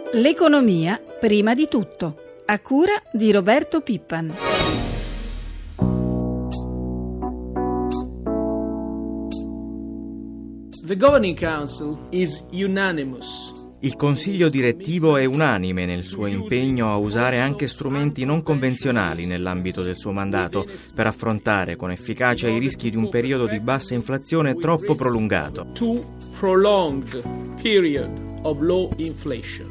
L'economia prima di tutto, a cura di Roberto Pippan. The Governing Council is unanimous. Il Consiglio direttivo è unanime nel suo impegno a usare anche strumenti non convenzionali nell'ambito del suo mandato per affrontare con efficacia i rischi di un periodo di bassa inflazione troppo prolungato. Too prolonged period of low inflation.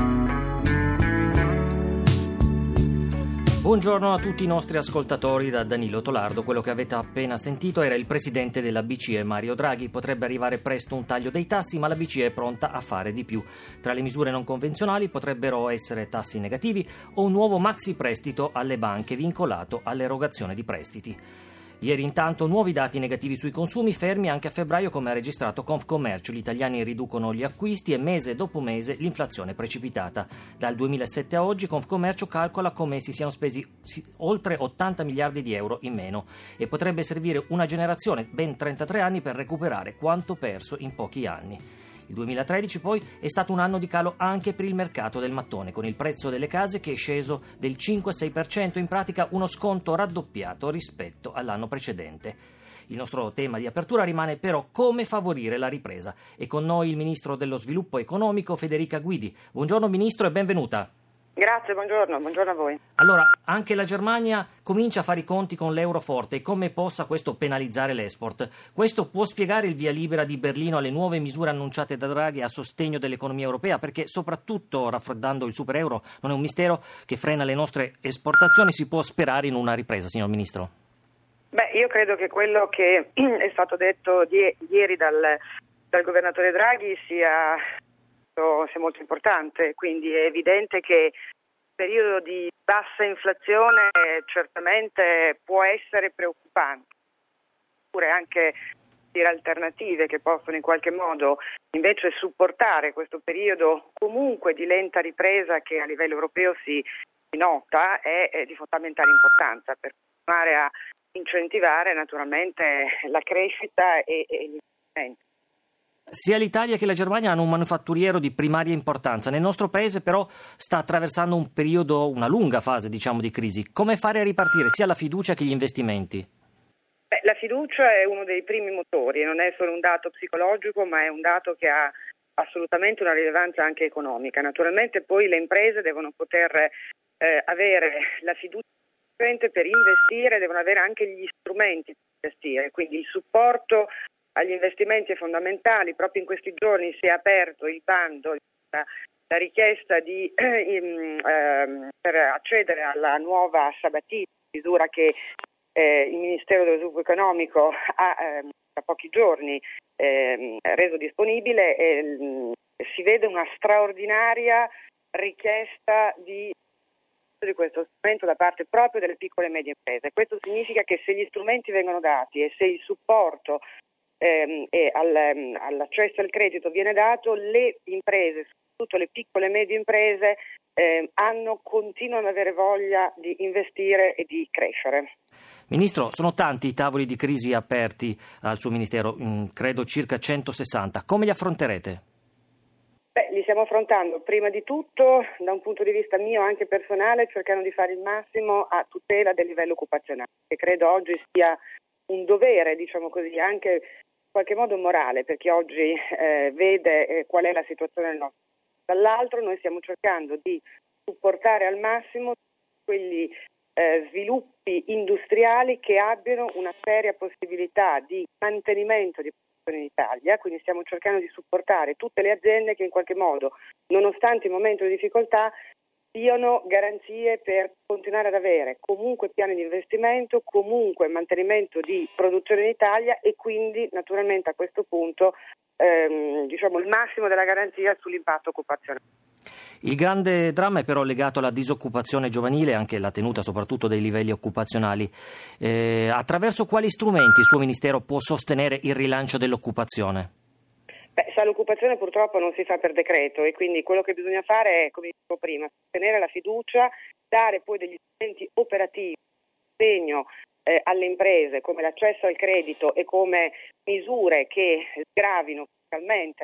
Buongiorno a tutti i nostri ascoltatori da Danilo Tolardo. Quello che avete appena sentito era il presidente della BCE, Mario Draghi. Potrebbe arrivare presto un taglio dei tassi, ma la BCE è pronta a fare di più. Tra le misure non convenzionali potrebbero essere tassi negativi o un nuovo maxi prestito alle banche vincolato all'erogazione di prestiti. Ieri intanto nuovi dati negativi sui consumi, fermi anche a febbraio come ha registrato Confcommercio. Gli italiani riducono gli acquisti e mese dopo mese l'inflazione è precipitata. Dal 2007 a oggi Confcommercio calcola come si siano spesi oltre 80 miliardi di euro in meno e potrebbe servire una generazione, ben 33 anni, per recuperare quanto perso in pochi anni. Il 2013 poi è stato un anno di calo anche per il mercato del mattone, con il prezzo delle case che è sceso del 5-6%, in pratica uno sconto raddoppiato rispetto all'anno precedente. Il nostro tema di apertura rimane però come favorire la ripresa. E con noi il Ministro dello Sviluppo Economico Federica Guidi. Buongiorno Ministro e benvenuta. Grazie, buongiorno a voi. Allora, anche la Germania comincia a fare i conti con l'euro forte e come possa questo penalizzare l'export. Questo può spiegare il via libera di Berlino alle nuove misure annunciate da Draghi a sostegno dell'economia europea, perché soprattutto raffreddando il super euro non è un mistero che frena le nostre esportazioni. Si può sperare in una ripresa, signor Ministro? Beh, io credo che quello che è stato detto ieri dal governatore Draghi sia molto importante, quindi è evidente che il periodo di bassa inflazione certamente può essere preoccupante, oppure anche dire alternative che possono in qualche modo invece supportare questo periodo comunque di lenta ripresa che a livello europeo si nota è di fondamentale importanza per continuare a incentivare naturalmente la crescita e gli investimenti. Sia l'Italia che la Germania hanno un manifatturiero di primaria importanza. Nel nostro paese però sta attraversando un periodo, una lunga fase di crisi. Come fare a ripartire sia la fiducia che gli investimenti? La fiducia è uno dei primi motori, non è solo un dato psicologico, ma è un dato che ha assolutamente una rilevanza anche economica. Naturalmente poi le imprese devono poter avere la fiducia per investire, devono avere anche gli strumenti per investire, quindi il supporto agli investimenti è fondamentale. Proprio in questi giorni si è aperto il bando, la richiesta per accedere alla nuova Sabatini, misura che il Ministero dello Sviluppo Economico ha da pochi giorni reso disponibile. Si vede una straordinaria richiesta di questo strumento da parte proprio delle piccole e medie imprese. Questo significa che se gli strumenti vengono dati e se il supporto e all'accesso al credito viene dato, le imprese, soprattutto le piccole e medie imprese, continuano ad avere voglia di investire e di crescere. Ministro, sono tanti i tavoli di crisi aperti al suo Ministero, credo circa 160. Come li affronterete? Li stiamo affrontando prima di tutto da un punto di vista mio anche personale, cercando di fare il massimo a tutela del livello occupazionale, che credo oggi sia un dovere, diciamo così, anche in qualche modo morale, perché oggi vede qual è la situazione del nostro paese. Dall'altro noi stiamo cercando di supportare al massimo quegli sviluppi industriali che abbiano una seria possibilità di mantenimento di produzione in Italia, quindi stiamo cercando di supportare tutte le aziende che in qualche modo, nonostante il momento di difficoltà, diano garanzie per continuare ad avere comunque piani di investimento, comunque mantenimento di produzione in Italia e quindi naturalmente a questo punto il massimo della garanzia sull'impatto occupazionale. Il grande dramma è però legato alla disoccupazione giovanile e anche alla tenuta soprattutto dei livelli occupazionali. Attraverso quali strumenti il suo Ministero può sostenere il rilancio dell'occupazione? Sa, l'occupazione purtroppo non si fa per decreto e quindi quello che bisogna fare è, come dicevo prima, sostenere la fiducia, dare poi degli strumenti operativi, sostegno alle imprese come l'accesso al credito e come misure che sgravino fiscalmente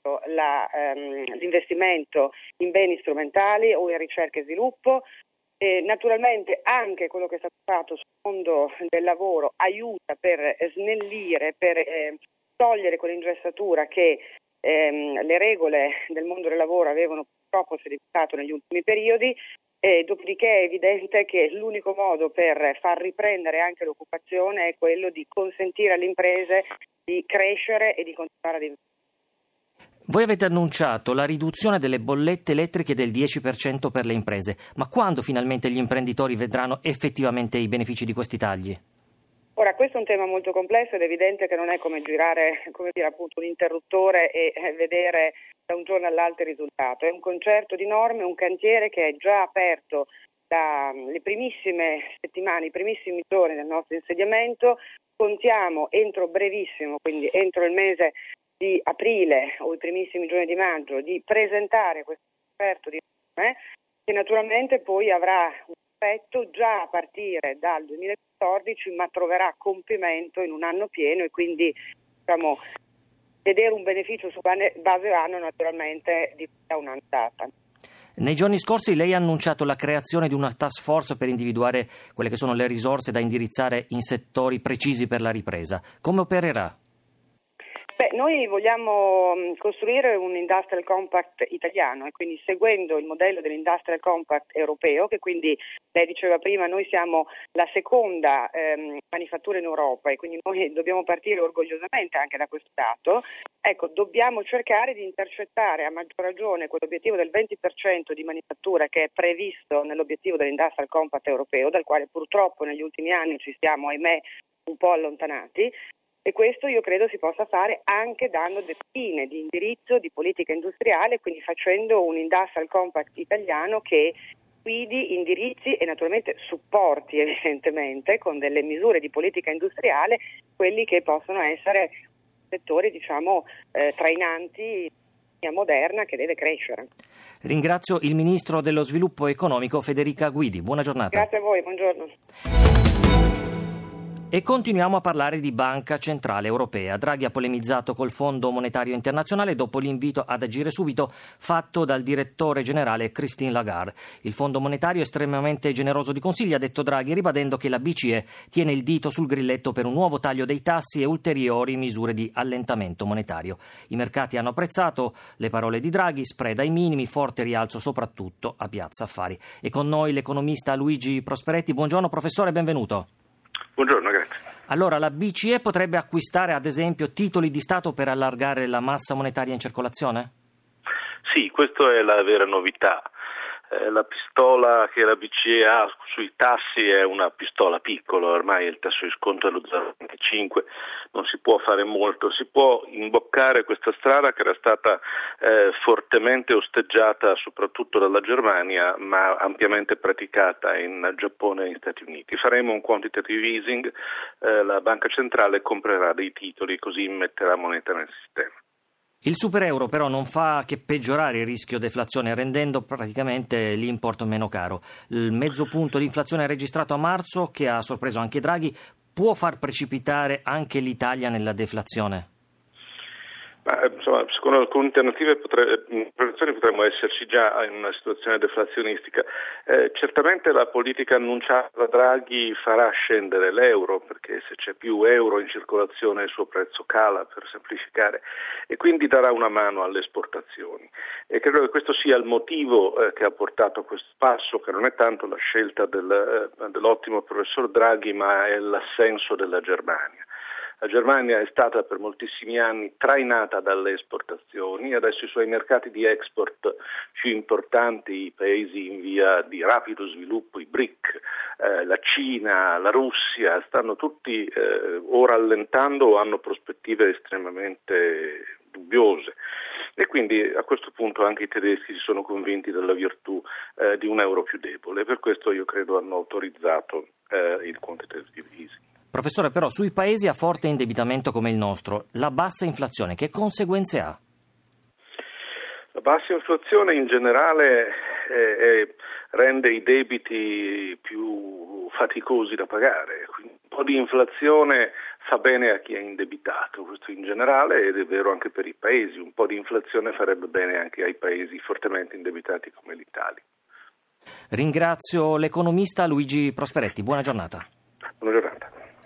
l'investimento in beni strumentali o in ricerca e sviluppo. Naturalmente anche quello che è stato fatto sul mondo del lavoro aiuta per snellire, per togliere quell'ingessatura che le regole del mondo del lavoro avevano purtroppo sedimentato negli ultimi periodi. Dopodiché è evidente che l'unico modo per far riprendere anche l'occupazione è quello di consentire alle imprese di crescere e di continuare ad investire. Voi avete annunciato la riduzione delle bollette elettriche del 10% per le imprese, ma quando finalmente gli imprenditori vedranno effettivamente i benefici di questi tagli? Ora, questo è un tema molto complesso ed è evidente che non è come girare, appunto, un interruttore e vedere da un giorno all'altro il risultato. È un concerto di norme, un cantiere che è già aperto dalle primissime settimane, i primissimi giorni del nostro insediamento. Contiamo entro brevissimo, quindi entro il mese di aprile o i primissimi giorni di maggio, di presentare questo offerto di norme che naturalmente poi avrà un effetto già a partire dal 2014, ma troverà compimento in un anno pieno e quindi vedere un beneficio su base anno naturalmente di da un'annata. Nei giorni scorsi lei ha annunciato la creazione di una task force per individuare quelle che sono le risorse da indirizzare in settori precisi per la ripresa. Come opererà? Noi vogliamo costruire un Industrial Compact italiano e quindi seguendo il modello dell'Industrial Compact europeo, che quindi lei diceva prima noi siamo la seconda manifattura in Europa e quindi noi dobbiamo partire orgogliosamente anche da questo dato. Ecco, dobbiamo cercare di intercettare a maggior ragione quell'obiettivo del 20% di manifattura che è previsto nell'obiettivo dell'Industrial Compact europeo, dal quale purtroppo negli ultimi anni ci siamo, ahimè, un po' allontanati. E questo io credo si possa fare anche dando delle linee di indirizzo di politica industriale, quindi facendo un Industrial Compact italiano che guidi, indirizzi e naturalmente supporti evidentemente con delle misure di politica industriale quelli che possono essere settori trainanti moderna che deve crescere. Ringrazio il Ministro dello Sviluppo Economico Federica Guidi. Buona giornata. Grazie a voi, buongiorno. E continuiamo a parlare di Banca Centrale Europea. Draghi ha polemizzato col Fondo Monetario Internazionale dopo l'invito ad agire subito fatto dal direttore generale Christine Lagarde. Il Fondo Monetario è estremamente generoso di consigli, ha detto Draghi, ribadendo che la BCE tiene il dito sul grilletto per un nuovo taglio dei tassi e ulteriori misure di allentamento monetario. I mercati hanno apprezzato le parole di Draghi, spread ai minimi, forte rialzo soprattutto a Piazza Affari. E con noi l'economista Luigi Prosperetti. Buongiorno professore, benvenuto. Buongiorno, grazie. Allora, la BCE potrebbe acquistare ad esempio titoli di Stato per allargare la massa monetaria in circolazione? Sì, questa è la vera novità. La pistola che la BCE ha sui tassi è una pistola piccola, ormai il tasso di sconto è lo 0,25, non si può fare molto, si può imboccare questa strada che era stata fortemente osteggiata soprattutto dalla Germania, ma ampiamente praticata in Giappone e negli Stati Uniti. Faremo un quantitative easing, la banca centrale comprerà dei titoli, così metterà moneta nel sistema. Il super euro però non fa che peggiorare il rischio deflazione, rendendo praticamente l'import meno caro. Il mezzo punto di inflazione registrato a marzo, che ha sorpreso anche Draghi, può far precipitare anche l'Italia nella deflazione? Secondo alcune alternative potremmo esserci già in una situazione deflazionistica. Certamente la politica annunciata da Draghi farà scendere l'euro, perché se c'è più euro in circolazione il suo prezzo cala, per semplificare, e quindi darà una mano alle esportazioni. E credo che questo sia il motivo che ha portato a questo passo, che non è tanto la scelta dell'ottimo professor Draghi, ma è l'assenso della Germania. La Germania è stata per moltissimi anni trainata dalle esportazioni, adesso i suoi mercati di export più importanti, i paesi in via di rapido sviluppo, i BRIC, la Cina, la Russia, stanno tutti o rallentando o hanno prospettive estremamente dubbiose. E quindi a questo punto anche i tedeschi si sono convinti della virtù di un euro più debole, per questo io credo hanno autorizzato il quantitative easing. Professore, però sui paesi a forte indebitamento come il nostro, la bassa inflazione che conseguenze ha? La bassa inflazione in generale rende i debiti più faticosi da pagare, quindi po' di inflazione fa bene a chi è indebitato, questo in generale, ed è vero anche per i paesi. Un po' di inflazione farebbe bene anche ai paesi fortemente indebitati come l'Italia. Ringrazio l'economista Luigi Prosperetti, buona giornata. Buona giornata.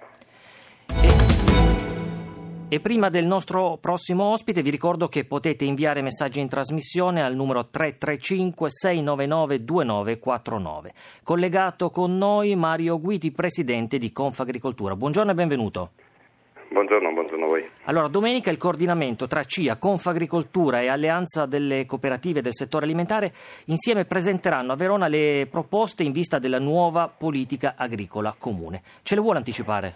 E prima del nostro prossimo ospite vi ricordo che potete inviare messaggi in trasmissione al numero 335 699 2949. Collegato con noi Mario Guidi, presidente di Confagricoltura. Buongiorno e benvenuto. Buongiorno a voi. Allora, domenica il coordinamento tra CIA, Confagricoltura e Alleanza delle Cooperative del settore alimentare insieme presenteranno a Verona le proposte in vista della nuova politica agricola comune. Ce le vuole anticipare?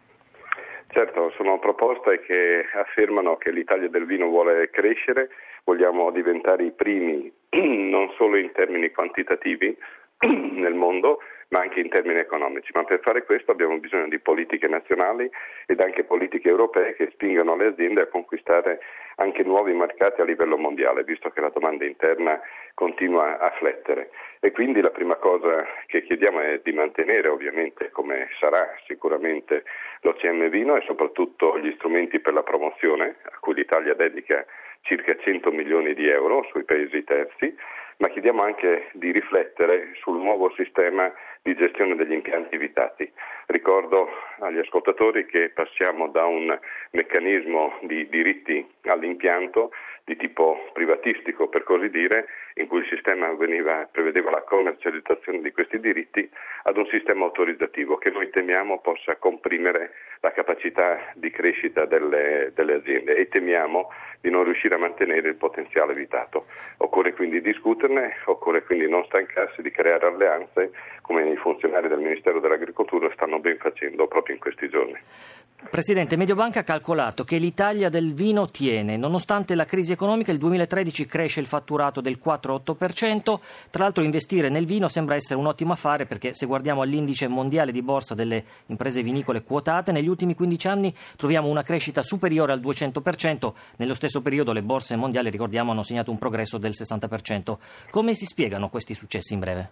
Certo, sono proposte che affermano che l'Italia del vino vuole crescere, vogliamo diventare i primi non solo in termini quantitativi nel mondo, ma anche in termini economici. Ma per fare questo abbiamo bisogno di politiche nazionali ed anche politiche europee che spingano le aziende a conquistare anche nuovi mercati a livello mondiale, visto che la domanda interna continua a flettere. E quindi la prima cosa che chiediamo è di mantenere, ovviamente, come sarà sicuramente l'OCM Vino, e soprattutto gli strumenti per la promozione, a cui l'Italia dedica circa 100 milioni di euro sui paesi terzi, ma chiediamo anche di riflettere sul nuovo sistema di gestione degli impianti vitati. Ricordo agli ascoltatori che passiamo da un meccanismo di diritti all'impianto di tipo privatistico, per così dire, in cui il sistema prevedeva la commercializzazione di questi diritti, ad un sistema autorizzativo che noi temiamo possa comprimere la capacità di crescita delle aziende e temiamo di non riuscire a mantenere il potenziale vitato. Occorre quindi discuterne, occorre quindi non stancarsi di creare alleanze, come i funzionari del Ministero dell'Agricoltura stanno ben facendo proprio in questi giorni. Presidente, Mediobanca ha calcolato che l'Italia del vino tiene, nonostante la crisi economica, il 2013 cresce il fatturato del 4,8%. Tra l'altro investire nel vino sembra essere un ottimo affare, perché se guardiamo all'indice mondiale di borsa delle imprese vinicole quotate, negli ultimi 15 anni troviamo una crescita superiore al 200%. Nello stesso periodo le borse mondiali, ricordiamo, hanno segnato un progresso del 60%. Come si spiegano questi successi in breve?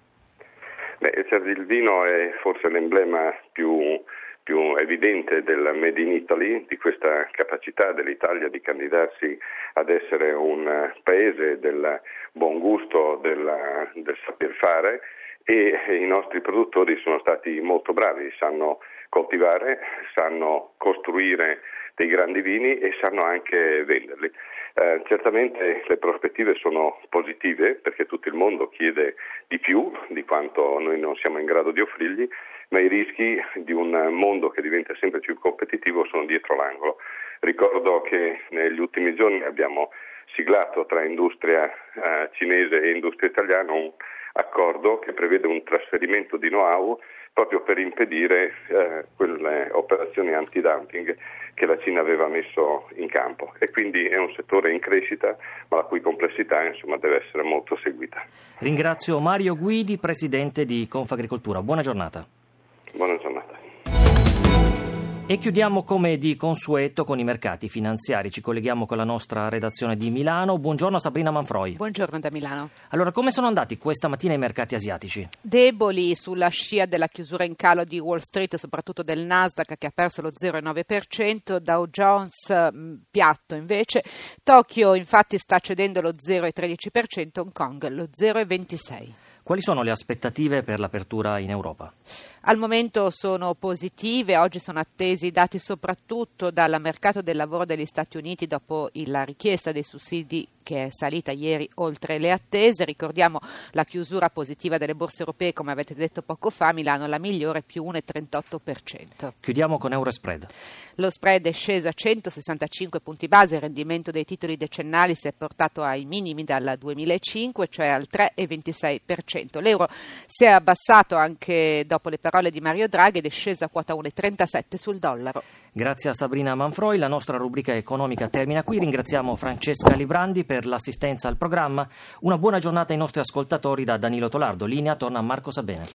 Il vino è forse l'emblema più evidente del Made in Italy, di questa capacità dell'Italia di candidarsi ad essere un paese del buon gusto, del saper fare, e i nostri produttori sono stati molto bravi, sanno coltivare, sanno costruire dei grandi vini e sanno anche venderli. Certamente le prospettive sono positive, perché tutto il mondo chiede di più di quanto noi non siamo in grado di offrirgli, ma i rischi di un mondo che diventa sempre più competitivo sono dietro l'angolo. Ricordo che negli ultimi giorni abbiamo siglato tra industria cinese e industria italiana un accordo che prevede un trasferimento di know-how proprio per impedire quelle operazioni antidumping che la Cina aveva messo in campo, e quindi è un settore in crescita, ma la cui complessità deve essere molto seguita. Ringrazio Mario Guidi, presidente di Confagricoltura. Buona giornata. Buona giornata. E chiudiamo come di consueto con i mercati finanziari. Ci colleghiamo con la nostra redazione di Milano. Buongiorno Sabrina Manfroi. Buongiorno da Milano. Allora, come sono andati questa mattina i mercati asiatici? Deboli sulla scia della chiusura in calo di Wall Street, soprattutto del Nasdaq, che ha perso lo 0,9%, Dow Jones piatto invece, Tokyo infatti sta cedendo lo 0,13%, Hong Kong lo 0,26%. Quali sono le aspettative per l'apertura in Europa? Al momento sono positive, oggi sono attesi dati soprattutto dal mercato del lavoro degli Stati Uniti dopo la richiesta dei sussidi che è salita ieri oltre le attese. Ricordiamo la chiusura positiva delle borse europee, come avete detto poco fa, Milano la migliore, più 1,38%. Chiudiamo con Eurospread. Lo spread è sceso a 165 punti base, il rendimento dei titoli decennali si è portato ai minimi dal 2005, cioè al 3,26%. L'euro si è abbassato anche dopo le parole di Mario Draghi ed è sceso a quota 1,37 sul dollaro. Grazie a Sabrina Manfroi, la nostra rubrica economica termina qui. Ringraziamo Francesca Librandi per l'assistenza al programma. Una buona giornata ai nostri ascoltatori da Danilo Tolardo. Linea torna a Marco Sabene.